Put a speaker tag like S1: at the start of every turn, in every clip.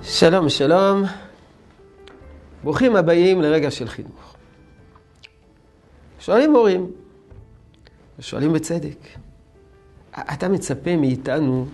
S1: שלום, שלום. ברוכים הבאים לרגע של חינוך. שואלים מורים, ושואלים בצדק. אתה מצפה מאיתנו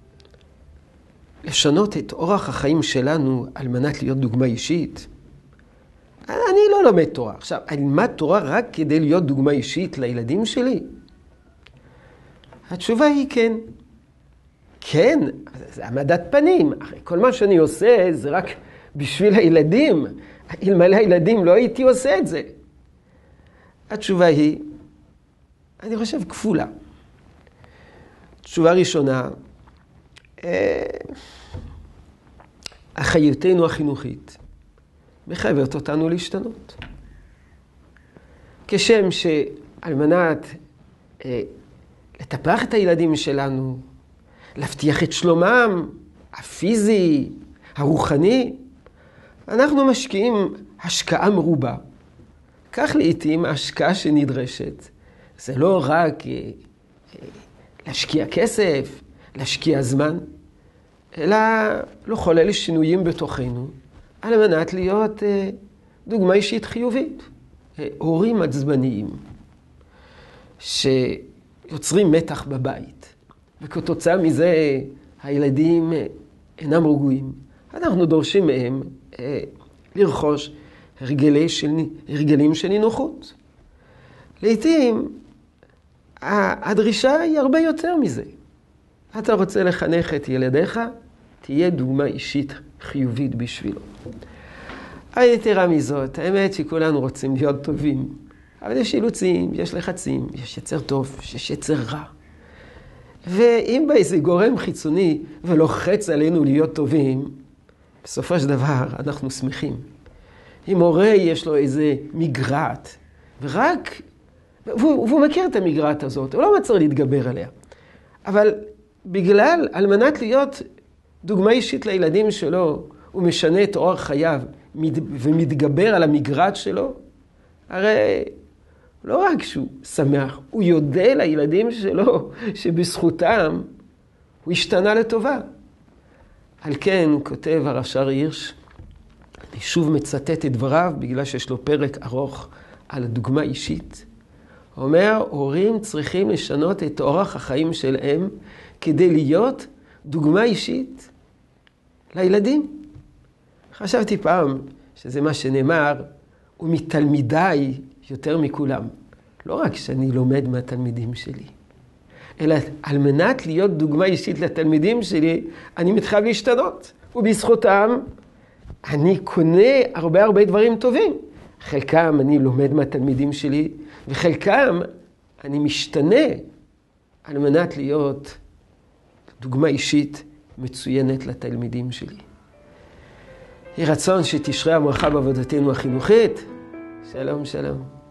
S1: לשנות את אורח החיים שלנו על מנת להיות דוגמה אישית? אני לא לומד תורה. עכשיו, אני אלמד תורה רק כדי להיות דוגמה אישית לילדים שלי? התשובה היא כן. כן, זה העמדת פנים. כל מה שאני עושה זה רק בשביל הילדים. אלמלא הילדים לא הייתי עושה את זה. התשובה היא, אני חושב, כפולה. תשובה ראשונה, אחריותנו החינוכית מחייבת אותנו להשתנות. כשם שעל מנת לטפח את הילדים שלנו, להבטיח את שלומם הפיזי, הרוחני, אנחנו משקיעים השקעה מרובה. כך לעתים ההשקעה שנדרשת, זה לא רק להשקיע כסף, להשקיע זמן, אלא לחולל שינויים בתוכנו, על מנת להיות דוגמה אישית חיובית. הורים עצבניים שיוצרים מתח בבית, וכתוצאה מזה הילדים אינם רגועים. אנחנו דורשים מהם לרכוש הרגלים של נינוחות. לעתים הדרישה היא הרבה יותר מזה. אתה רוצה לחנך את ילדיך, תהיה דוגמה אישית חיובית בשבילו. היתרה מזאת, האמת שכולנו רוצים להיות טובים, אבל יש אילוצים, יש לחצים, יש יצר טוב, יש יצר רע. ואם בא איזה גורם חיצוני ולוחץ עלינו להיות טובים, בסופו של דבר אנחנו שמחים. אם הורה יש לו איזה מגרעת, והוא מכיר את המגרעת הזאת, הוא לא מצליח להתגבר עליה. אבל על מנת להיות דוגמה אישית לילדים שלו, הוא משנה את אורח חייו ומתגבר על המגרעת שלו, הרי לא רק שהוא שמח, הוא יודע לילדים שלו שבזכותם הוא השתנה לטובה. על כן כותב הרש"ר הירש, אני שוב מצטט את דבריו בגלל שיש לו פרק ארוך על הדוגמה אישית. הוא אומר, הורים צריכים לשנות את אורח החיים שלהם כדי להיות דוגמה אישית לילדים. חשבתי פעם שזה מה שנאמר, ומתלמידיי יותר מכולם. לא רק שאני לומד מהתלמידים שלי, אלא על מנת להיות דוגמה אישית לתלמידים שלי, אני מתחייב להשתנות. ובזכותם אני קונה הרבה דברים טובים. חלקם אני לומד מהתלמידים שלי, וחלקם אני משתנה על מנת להיות דוגמה אישית מצוינת לתלמידים שלי. יהי רצון שתשרה הברכה בעבודתנו החינוכית. שלום, שלום.